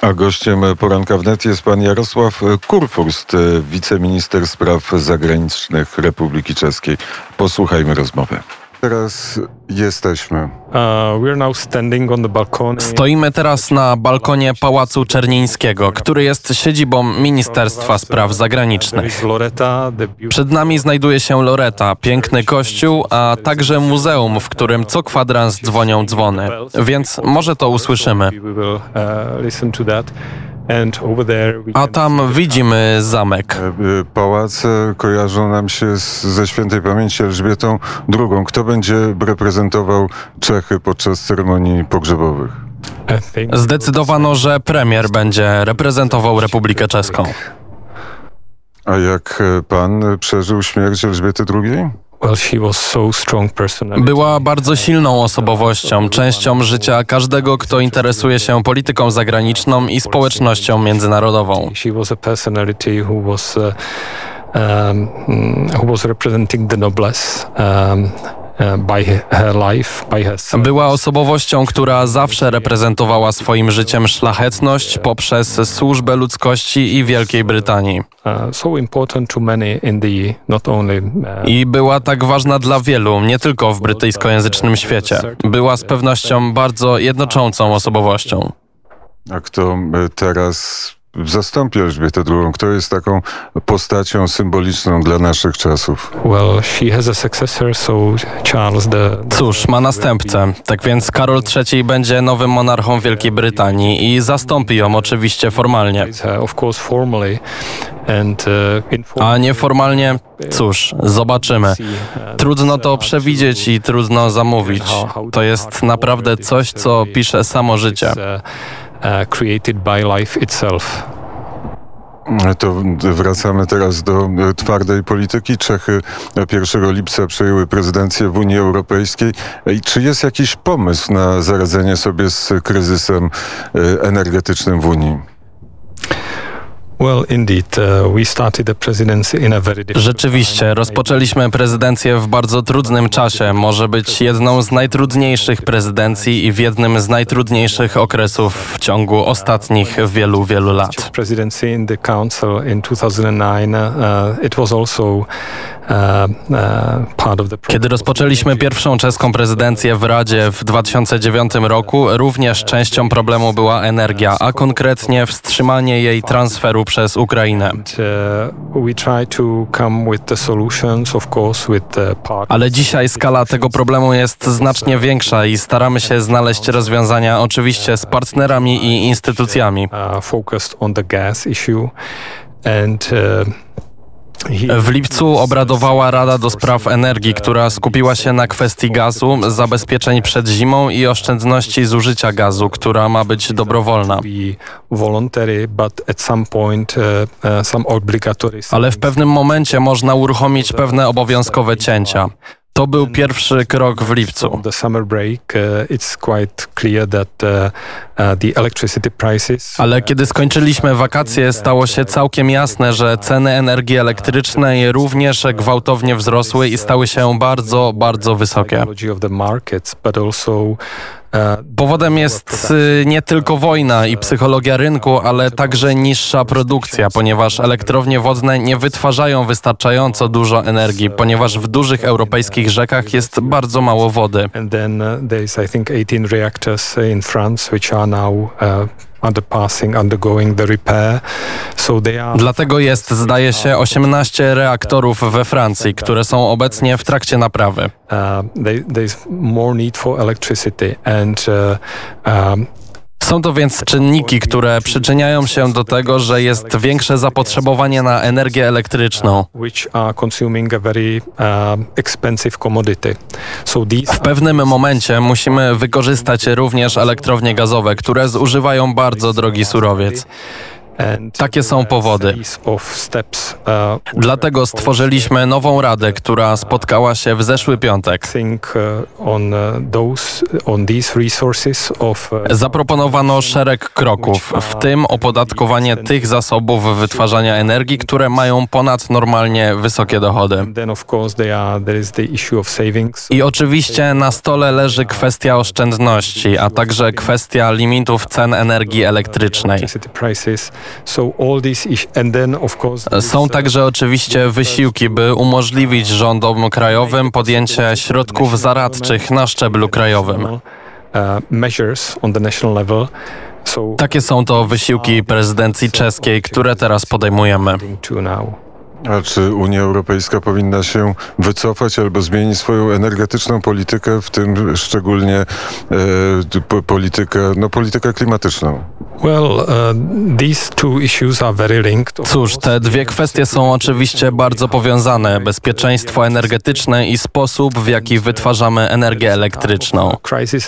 A gościem Poranka Wnet jest pan Jarosław Kurfürst, wiceminister spraw zagranicznych Republiki Czeskiej. Posłuchajmy rozmowy. Teraz jesteśmy. Stoimy teraz na balkonie Pałacu Czernińskiego, który jest siedzibą Ministerstwa Spraw Zagranicznych. Przed nami znajduje się Loreta, piękny kościół, a także muzeum, w którym co kwadrans dzwonią dzwony. Więc może to usłyszymy. A tam widzimy zamek. Pałace kojarzą nam się ze świętej pamięci Elżbietą II. Kto będzie reprezentował Czechy podczas ceremonii pogrzebowych? Zdecydowano, że premier będzie reprezentował Republikę Czeską. A jak pan przeżył śmierć Elżbiety II? Była bardzo silną osobowością, częścią życia każdego, kto interesuje się polityką zagraniczną i społecznością międzynarodową. Była osobowością, która zawsze reprezentowała swoim życiem szlachetność poprzez służbę ludzkości i Wielkiej Brytanii. I była tak ważna dla wielu, nie tylko w brytyjskojęzycznym świecie. Była z pewnością bardzo jednoczącą osobowością. A kto teraz zastąpi Elżbietę II? Kto jest taką postacią symboliczną dla naszych czasów? Cóż, ma następcę. Tak więc Karol III będzie nowym monarchą Wielkiej Brytanii i zastąpi ją oczywiście formalnie. A nieformalnie? Cóż, zobaczymy. Trudno to przewidzieć i trudno zamówić. To jest naprawdę coś, co pisze samo życie. To wracamy teraz do twardej polityki. Czechy 1 lipca przejęły prezydencję w Unii Europejskiej. I czy jest jakiś pomysł na zaradzenie sobie z kryzysem energetycznym w Unii? Rzeczywiście, rozpoczęliśmy prezydencję w bardzo trudnym czasie. Może być jedną z najtrudniejszych prezydencji i w jednym z najtrudniejszych okresów w ciągu ostatnich wielu, wielu lat. Kiedy rozpoczęliśmy pierwszą czeską prezydencję w Radzie w 2009 roku, również częścią problemu była energia, a konkretnie wstrzymanie jej transferu przez Ukrainę. Ale dzisiaj skala tego problemu jest znacznie większa i staramy się znaleźć rozwiązania oczywiście z partnerami i instytucjami. W lipcu obradowała Rada do Spraw Energii, która skupiła się na kwestii gazu, zabezpieczeń przed zimą i oszczędności zużycia gazu, która ma być dobrowolna. Ale w pewnym momencie można uruchomić pewne obowiązkowe cięcia. To był pierwszy krok w lipcu. Ale kiedy skończyliśmy wakacje, stało się całkiem jasne, że ceny energii elektrycznej również gwałtownie wzrosły i stały się bardzo, bardzo wysokie. Powodem jest nie tylko wojna i psychologia rynku, ale także niższa produkcja, ponieważ elektrownie wodne nie wytwarzają wystarczająco dużo energii, ponieważ w dużych europejskich rzekach jest bardzo mało wody. Dlatego jest, zdaje się, 18 reaktorów we Francji, które są obecnie w trakcie naprawy. Są to więc czynniki, które przyczyniają się do tego, że jest większe zapotrzebowanie na energię elektryczną. W pewnym momencie musimy wykorzystać również elektrownie gazowe, które zużywają bardzo drogi surowiec. Takie są powody. Dlatego stworzyliśmy nową radę, która spotkała się w zeszły piątek. Zaproponowano szereg kroków, w tym opodatkowanie tych zasobów wytwarzania energii, które mają ponadnormalnie wysokie dochody. I oczywiście na stole leży kwestia oszczędności, a także kwestia limitów cen energii elektrycznej. Są także oczywiście wysiłki, by umożliwić rządom krajowym podjęcie środków zaradczych na szczeblu krajowym. Takie są to wysiłki prezydencji czeskiej, które teraz podejmujemy. A czy Unia Europejska powinna się wycofać albo zmienić swoją energetyczną politykę, w tym szczególnie politykę klimatyczną? Cóż, te dwie kwestie są oczywiście bardzo powiązane. Bezpieczeństwo energetyczne i sposób, w jaki wytwarzamy energię elektryczną.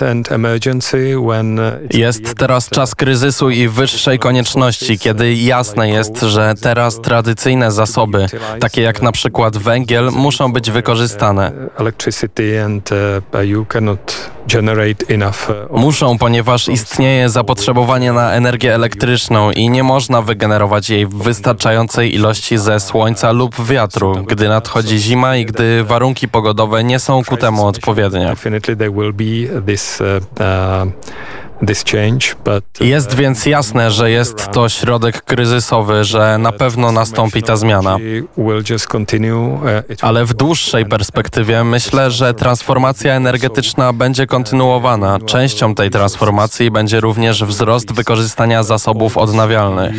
Jest teraz czas kryzysu i wyższej konieczności, kiedy jasne jest, że teraz tradycyjne zasoby, takie jak na przykład węgiel, muszą być wykorzystane. Muszą, ponieważ istnieje zapotrzebowanie na energię elektryczną i nie można wygenerować jej w wystarczającej ilości ze słońca lub wiatru, gdy nadchodzi zima i gdy warunki pogodowe nie są ku temu odpowiednie. Jest więc jasne, że jest to środek kryzysowy, że na pewno nastąpi ta zmiana. Ale w dłuższej perspektywie myślę, że transformacja energetyczna będzie kontynuowana. Częścią tej transformacji będzie również wzrost wykorzystania zasobów odnawialnych.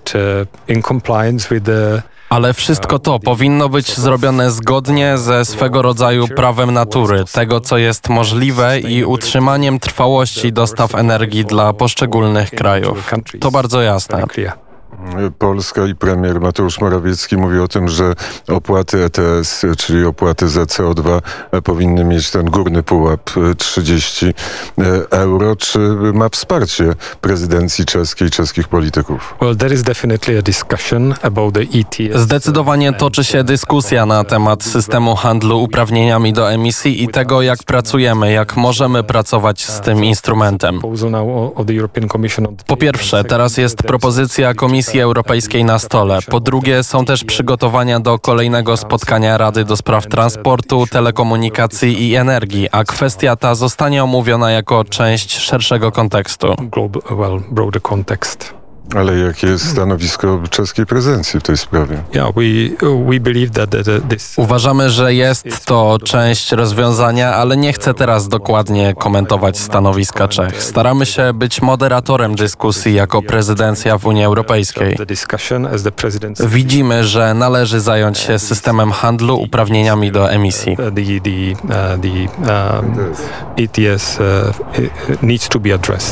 Ale wszystko to powinno być zrobione zgodnie ze swego rodzaju prawem natury, tego co jest możliwe i utrzymaniem trwałości dostaw energii dla poszczególnych krajów. To bardzo jasne. Polska i premier Mateusz Morawiecki mówi o tym, że opłaty ETS, czyli opłaty za CO2 powinny mieć ten górny pułap 30 euro. Czy ma wsparcie prezydencji czeskiej, czeskich polityków? Zdecydowanie toczy się dyskusja na temat systemu handlu uprawnieniami do emisji i tego, jak pracujemy, jak możemy pracować z tym instrumentem. Po pierwsze, teraz jest propozycja Komisji Europejskiej na stole. Po drugie, są też przygotowania do kolejnego spotkania Rady do Spraw Transportu, Telekomunikacji i Energii, a kwestia ta zostanie omówiona jako część szerszego kontekstu. Ale jakie jest stanowisko czeskiej prezydencji w tej sprawie? Uważamy, że jest to część rozwiązania, ale nie chcę teraz dokładnie komentować stanowiska Czech. Staramy się być moderatorem dyskusji jako prezydencja w Unii Europejskiej. Widzimy, że należy zająć się systemem handlu uprawnieniami do emisji. ETS needs to be addressed.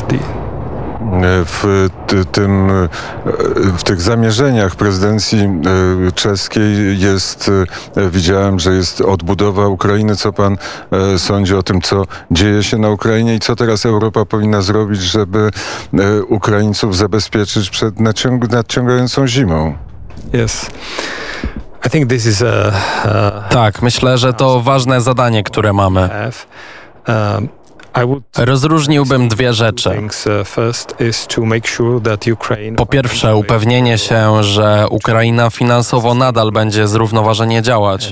W tych zamierzeniach prezydencji czeskiej widziałem, że jest odbudowa Ukrainy. Co pan sądzi o tym, co dzieje się na Ukrainie i co teraz Europa powinna zrobić, żeby Ukraińców zabezpieczyć przed nadciągającą zimą? Tak, myślę, że to ważne zadanie, które mamy. Rozróżniłbym dwie rzeczy. Po pierwsze, upewnienie się, że Ukraina finansowo nadal będzie zrównoważenie działać.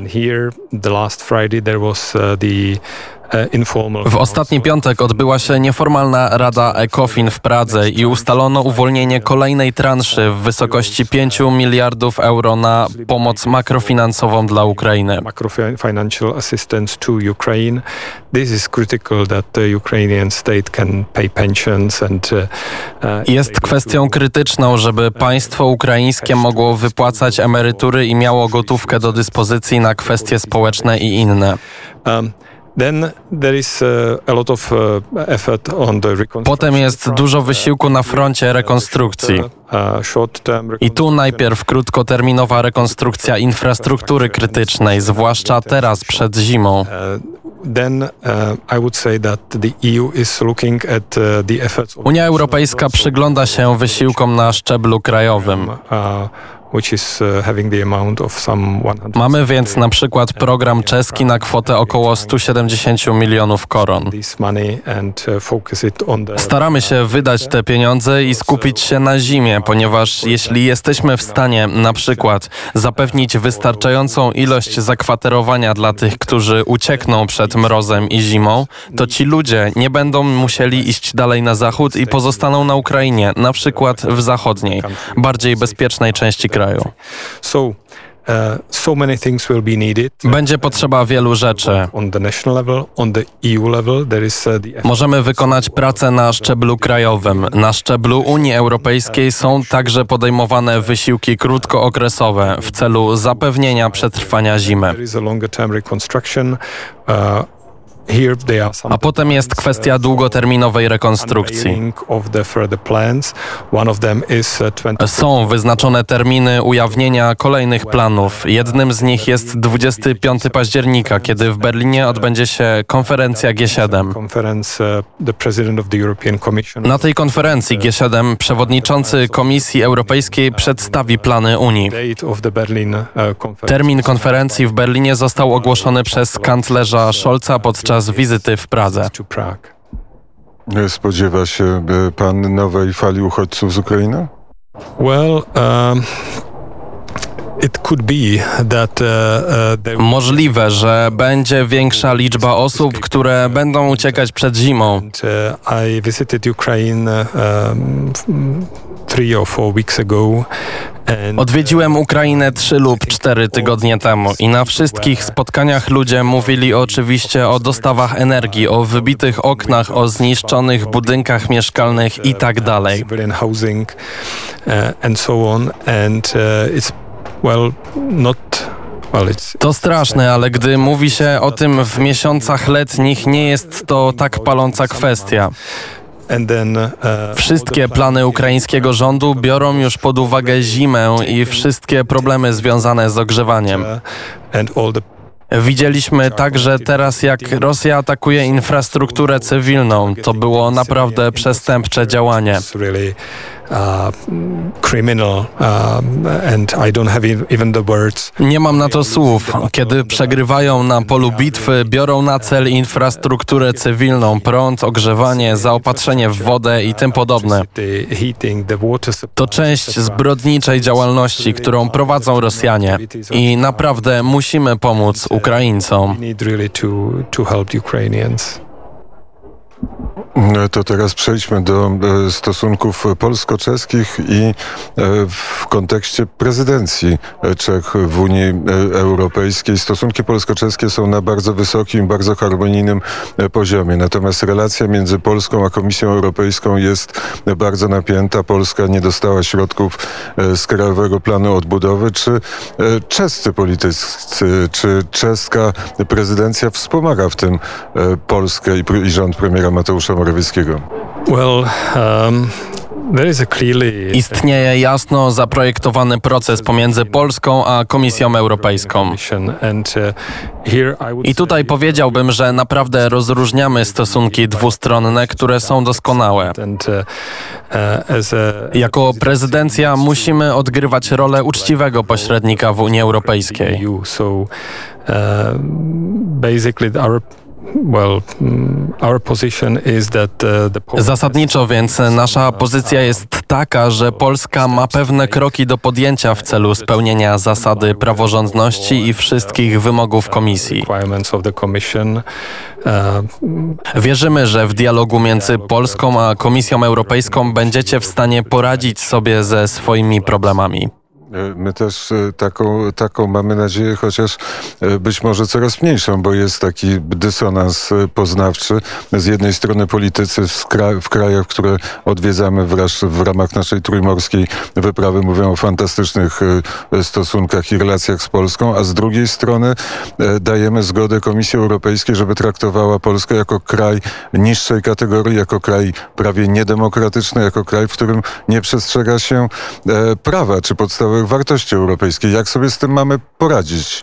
W ostatni piątek odbyła się nieformalna Rada ECOFIN w Pradze i ustalono uwolnienie kolejnej transzy w wysokości 5 miliardów euro na pomoc makrofinansową dla Ukrainy. Jest kwestią krytyczną, żeby państwo ukraińskie mogło wypłacać emerytury i miało gotówkę do dyspozycji na kwestie społeczne i inne. Potem jest dużo wysiłku na froncie rekonstrukcji. I tu najpierw krótkoterminowa rekonstrukcja infrastruktury krytycznej, zwłaszcza teraz przed zimą. Unia Europejska przygląda się wysiłkom na szczeblu krajowym. Mamy więc na przykład program czeski na kwotę około 170 milionów koron. Staramy się wydać te pieniądze i skupić się na zimie, ponieważ jeśli jesteśmy w stanie na przykład zapewnić wystarczającą ilość zakwaterowania dla tych, którzy uciekną przed mrozem i zimą, to ci ludzie nie będą musieli iść dalej na zachód i pozostaną na Ukrainie, na przykład w zachodniej, bardziej bezpiecznej części kraju. Będzie potrzeba wielu rzeczy. Możemy wykonać pracę na szczeblu krajowym. Na szczeblu Unii Europejskiej są także podejmowane wysiłki krótkookresowe w celu zapewnienia przetrwania zimy. A potem jest kwestia długoterminowej rekonstrukcji. Są wyznaczone terminy ujawnienia kolejnych planów. Jednym z nich jest 25 października, kiedy w Berlinie odbędzie się konferencja G7. Na tej konferencji G7 przewodniczący Komisji Europejskiej przedstawi plany Unii. Termin konferencji w Berlinie został ogłoszony przez kanclerza Scholza podczas wizyty w Pradze. Spodziewa się pan nowej fali uchodźców z Ukrainy? Możliwe, że będzie większa liczba osób, które będą uciekać przed zimą. Odwiedziłem Ukrainę 3 lub 4 tygodnie temu i na wszystkich spotkaniach ludzie mówili oczywiście o dostawach energii, o wybitych oknach, o zniszczonych budynkach mieszkalnych i tak dalej. To straszne, ale gdy mówi się o tym w miesiącach letnich, nie jest to tak paląca kwestia. Wszystkie plany ukraińskiego rządu biorą już pod uwagę zimę i wszystkie problemy związane z ogrzewaniem. Widzieliśmy także teraz, jak Rosja atakuje infrastrukturę cywilną. To było naprawdę przestępcze działanie. Nie mam na to słów. Kiedy przegrywają na polu bitwy, biorą na cel infrastrukturę cywilną, prąd, ogrzewanie, zaopatrzenie w wodę i tym podobne. To część zbrodniczej działalności, którą prowadzą Rosjanie i naprawdę musimy pomóc Ukraińcom. To teraz przejdźmy do stosunków polsko-czeskich i w kontekście prezydencji Czech w Unii Europejskiej. Stosunki polsko-czeskie są na bardzo wysokim, bardzo harmonijnym poziomie. Natomiast relacja między Polską a Komisją Europejską jest bardzo napięta. Polska nie dostała środków z Krajowego Planu Odbudowy. Czy czescy politycy, czy czeska prezydencja wspomaga w tym Polskę i rząd premiera Mateusza Morawieckiego? Istnieje jasno zaprojektowany proces pomiędzy Polską a Komisją Europejską. I tutaj powiedziałbym, że naprawdę rozróżniamy stosunki dwustronne, które są doskonałe. Jako prezydencja musimy odgrywać rolę uczciwego pośrednika w Unii Europejskiej. Zasadniczo więc nasza pozycja jest taka, że Polska ma pewne kroki do podjęcia w celu spełnienia zasady praworządności i wszystkich wymogów Komisji. Wierzymy, że w dialogu między Polską a Komisją Europejską będziecie w stanie poradzić sobie ze swoimi problemami. My też taką mamy nadzieję, chociaż być może coraz mniejszą, bo jest taki dysonans poznawczy. Z jednej strony politycy w krajach, które odwiedzamy w ramach naszej trójmorskiej wyprawy, mówią o fantastycznych stosunkach i relacjach z Polską, a z drugiej strony dajemy zgodę Komisji Europejskiej, żeby traktowała Polskę jako kraj niższej kategorii, jako kraj prawie niedemokratyczny, jako kraj, w którym nie przestrzega się prawa czy podstawowych wartości europejskich. Jak sobie z tym mamy poradzić?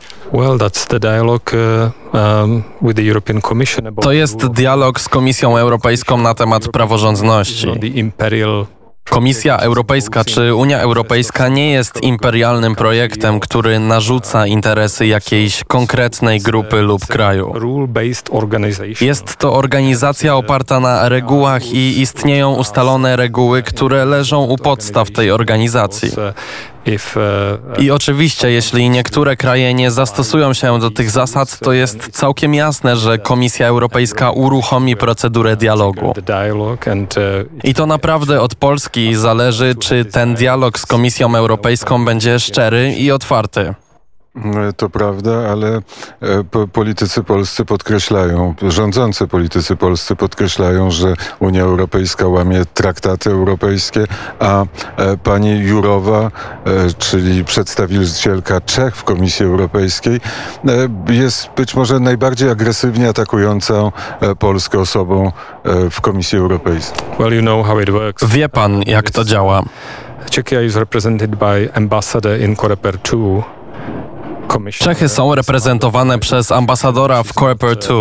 To jest dialog z Komisją Europejską na temat praworządności. Komisja Europejska czy Unia Europejska nie jest imperialnym projektem, który narzuca interesy jakiejś konkretnej grupy lub kraju. Jest to organizacja oparta na regułach i istnieją ustalone reguły, które leżą u podstaw tej organizacji. I oczywiście, jeśli niektóre kraje nie zastosują się do tych zasad, to jest całkiem jasne, że Komisja Europejska uruchomi procedurę dialogu. I to naprawdę od Polski zależy, czy ten dialog z Komisją Europejską będzie szczery i otwarty. To prawda, ale politycy polscy podkreślają, rządzący politycy polscy podkreślają, że Unia Europejska łamie traktaty europejskie, a pani Jourová, czyli przedstawicielka Czech w Komisji Europejskiej, jest być może najbardziej agresywnie atakującą Polskę osobą w Komisji Europejskiej. Wie pan, jak to działa. Czechia is represented by ambassador in Coreper 2. Czechy są reprezentowane przez ambasadora w Coreper 2.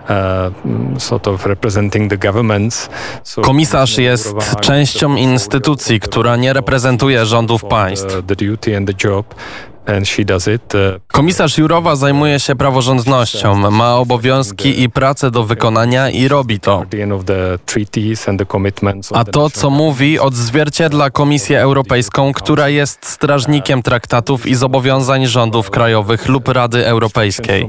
Komisarz jest częścią instytucji, która nie reprezentuje rządów państw. Komisarz Jourová zajmuje się praworządnością, ma obowiązki i pracę do wykonania i robi to. A to, co mówi, odzwierciedla Komisję Europejską, która jest strażnikiem traktatów i zobowiązań rządów krajowych lub Rady Europejskiej.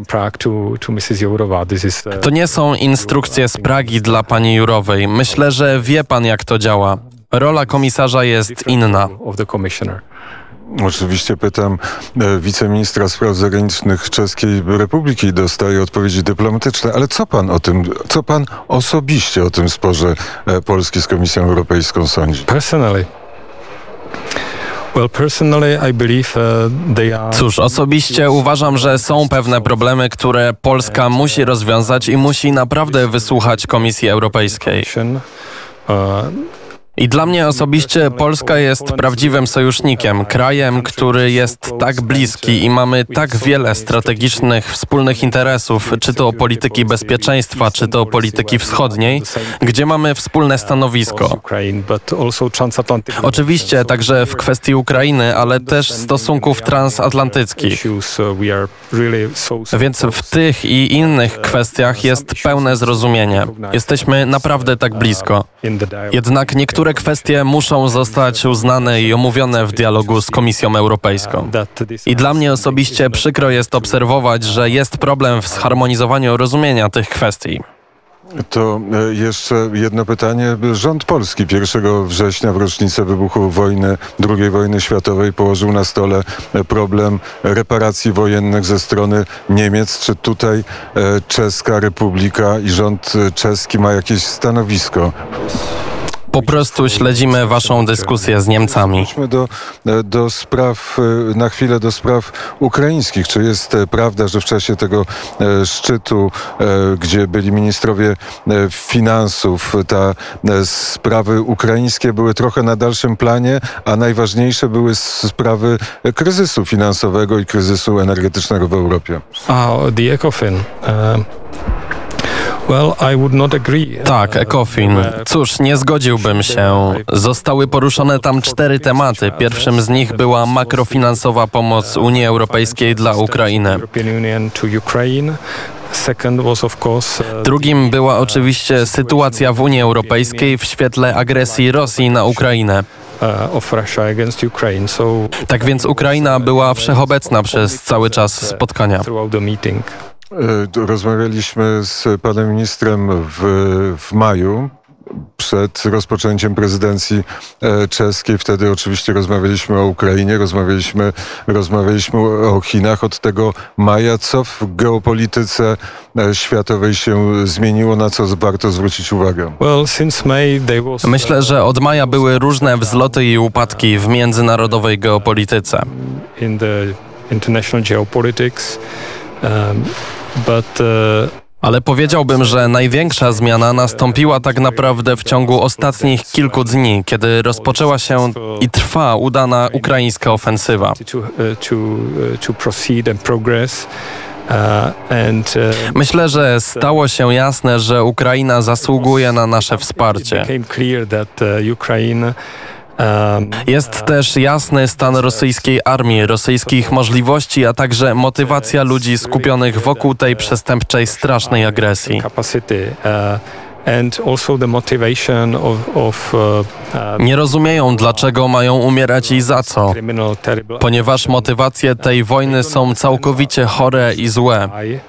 To nie są instrukcje z Pragi dla pani Jourowej. Myślę, że wie pan, jak to działa. Rola komisarza jest inna. Oczywiście pytam wiceministra spraw zagranicznych Czeskiej Republiki, dostaje odpowiedzi dyplomatyczne, ale co pan osobiście o tym sporze Polski z Komisją Europejską sądzi? Cóż, osobiście uważam, że są pewne problemy, które Polska musi rozwiązać i musi naprawdę wysłuchać Komisji Europejskiej. I dla mnie osobiście Polska jest prawdziwym sojusznikiem, krajem, który jest tak bliski i mamy tak wiele strategicznych wspólnych interesów, czy to polityki bezpieczeństwa, czy to polityki wschodniej, gdzie mamy wspólne stanowisko. Oczywiście także w kwestii Ukrainy, ale też stosunków transatlantyckich. Więc w tych i innych kwestiach jest pełne zrozumienie. Jesteśmy naprawdę tak blisko. Jednak niektóre kwestie muszą zostać uznane i omówione w dialogu z Komisją Europejską. I dla mnie osobiście przykro jest obserwować, że jest problem w zharmonizowaniu rozumienia tych kwestii. To jeszcze jedno pytanie. Rząd polski 1 września w rocznicę wybuchu II wojny światowej położył na stole problem reparacji wojennych ze strony Niemiec. Czy tutaj Czeska Republika i rząd czeski ma jakieś stanowisko? Po prostu śledzimy waszą dyskusję z Niemcami. Wróćmy do spraw, na chwilę do spraw ukraińskich. Czy jest prawda, że w czasie tego szczytu, gdzie byli ministrowie finansów, sprawy ukraińskie były trochę na dalszym planie, a najważniejsze były sprawy kryzysu finansowego i kryzysu energetycznego w Europie? The ECOFIN. Tak, ECOFIN. Cóż, nie zgodziłbym się. Zostały poruszone tam 4 tematy. Pierwszym z nich była makrofinansowa pomoc Unii Europejskiej dla Ukrainy. Drugim była oczywiście sytuacja w Unii Europejskiej w świetle agresji Rosji na Ukrainę. Tak więc Ukraina była wszechobecna przez cały czas spotkania. Rozmawialiśmy z panem ministrem w maju przed rozpoczęciem prezydencji czeskiej. Wtedy oczywiście rozmawialiśmy o Ukrainie, rozmawialiśmy o Chinach. Od tego maja co w geopolityce światowej się zmieniło, na co warto zwrócić uwagę? Myślę, że od maja były różne wzloty i upadki w międzynarodowej geopolityce. Ale powiedziałbym, że największa zmiana nastąpiła tak naprawdę w ciągu ostatnich kilku dni, kiedy rozpoczęła się i trwa udana ukraińska ofensywa. Myślę, że stało się jasne, że Ukraina zasługuje na nasze wsparcie. Jest też jasny stan rosyjskiej armii, rosyjskich możliwości, a także motywacja ludzi skupionych wokół tej przestępczej, strasznej agresji. Nie rozumieją, dlaczego mają umierać i za co, ponieważ motywacje tej wojny są całkowicie chore i złe.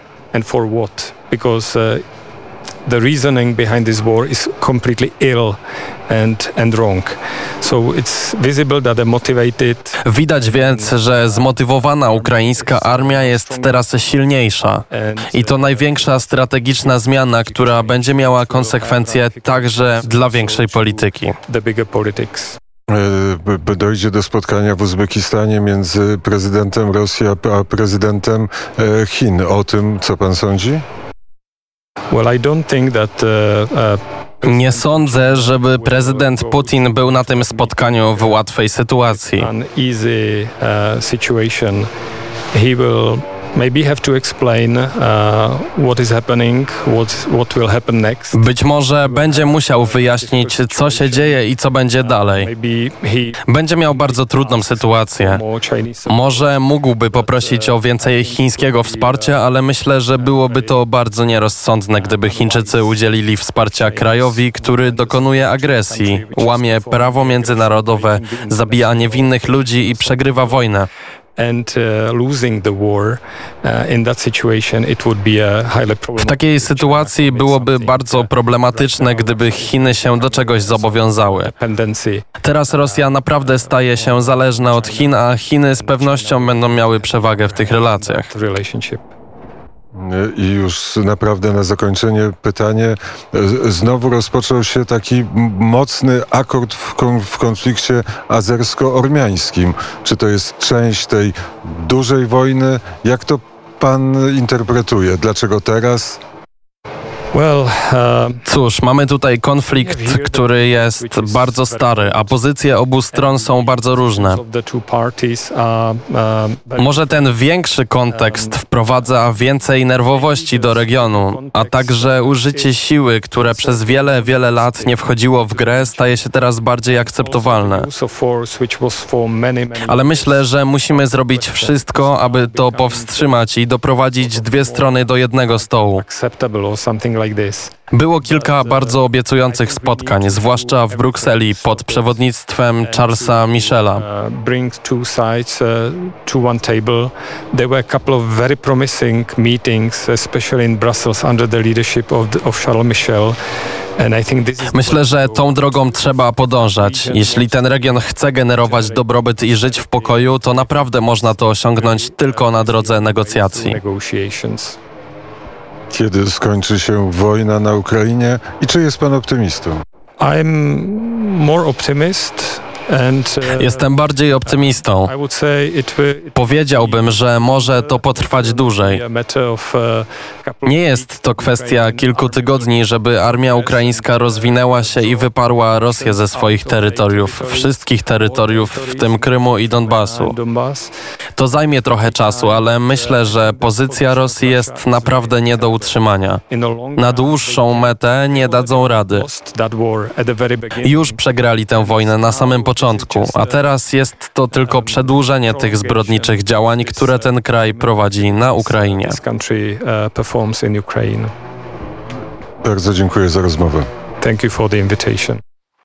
The reasoning behind this war is completely ill and wrong. So it's visible that the motivated. Widać więc, że zmotywowana ukraińska armia jest teraz silniejsza. I to największa strategiczna zmiana, która będzie miała konsekwencje także dla większej polityki. The bigger politics. Dojdzie do spotkania w Uzbekistanie między prezydentem Rosji a prezydentem Chin. O tym, co pan sądzi? Well, I don't think that Nie sądzę, żeby prezydent Putin był na tym spotkaniu w łatwej sytuacji. an easy situation. He will maybe have to explain what is happening, what will happen next. Być może będzie musiał wyjaśnić, co się dzieje i co będzie dalej. Maybe he Będzie miał bardzo trudną sytuację. more Chinese. Może mógłby poprosić o więcej chińskiego wsparcia, ale myślę, że byłoby to bardzo nierozsądne, gdyby Chińczycy udzielili wsparcia krajowi, który dokonuje agresji, łamie prawo międzynarodowe, zabija niewinnych ludzi i przegrywa wojnę. And losing the war in that situation, it would be a highly W problematic. takiej sytuacji byłoby bardzo problematyczne, gdyby Chiny się do czegoś zobowiązały. Dependency. Teraz Rosja naprawdę staje się zależna od Chin, a Chiny z pewnością będą miały przewagę w tych relacjach. Relationship. I już naprawdę na zakończenie pytanie. Znowu rozpoczął się taki mocny akord w konflikcie azersko-ormiańskim. Czy to jest część tej dużej wojny? Jak to pan interpretuje? Dlaczego teraz? Well, Cóż, mamy tutaj konflikt, który jest bardzo stary, a pozycje obu stron są bardzo różne. of the two parties are Może ten większy kontekst wprowadza więcej nerwowości do regionu, a także użycie siły, które przez wiele lat nie wchodziło w grę, staje się teraz bardziej akceptowalne. use of force, which was for many Ale myślę, że musimy zrobić wszystko, aby to powstrzymać i doprowadzić dwie strony do jednego stołu. acceptable or something like this. Było kilka bardzo obiecujących spotkań, zwłaszcza w Brukseli pod przewodnictwem Charlesa Michela. Bring two sides to one table. There were a couple of very promising meetings, especially in Brussels under the leadership of Charles Michel. And I think this is Myślę, że tą drogą trzeba podążać. Jeśli ten region chce generować dobrobyt i żyć w pokoju, to naprawdę można to osiągnąć tylko na drodze negocjacji. negotiations. Kiedy skończy się wojna na Ukrainie i czy jest pan optymistą? I'm more optimist and Jestem bardziej optymistą. I would say it will Powiedziałbym, że może to potrwać dłużej. be a matter of couple Nie jest to kwestia kilku tygodni, żeby armia ukraińska rozwinęła się i wyparła Rosję ze swoich terytoriów, wszystkich terytoriów, w tym Krymu i Donbasu. Donbass. To zajmie trochę czasu, ale myślę, że pozycja Rosji jest naprawdę nie do utrzymania. In a long Na dłuższą metę nie dadzą rady. lost that war at the very beginning. Już przegrali tę wojnę na samym początku, a teraz jest to tylko przedłużenie tych zbrodniczych działań, które ten kraj prowadzi na Ukrainie. This country performs in Ukraine. Bardzo dziękuję za rozmowę. Thank you for the invitation.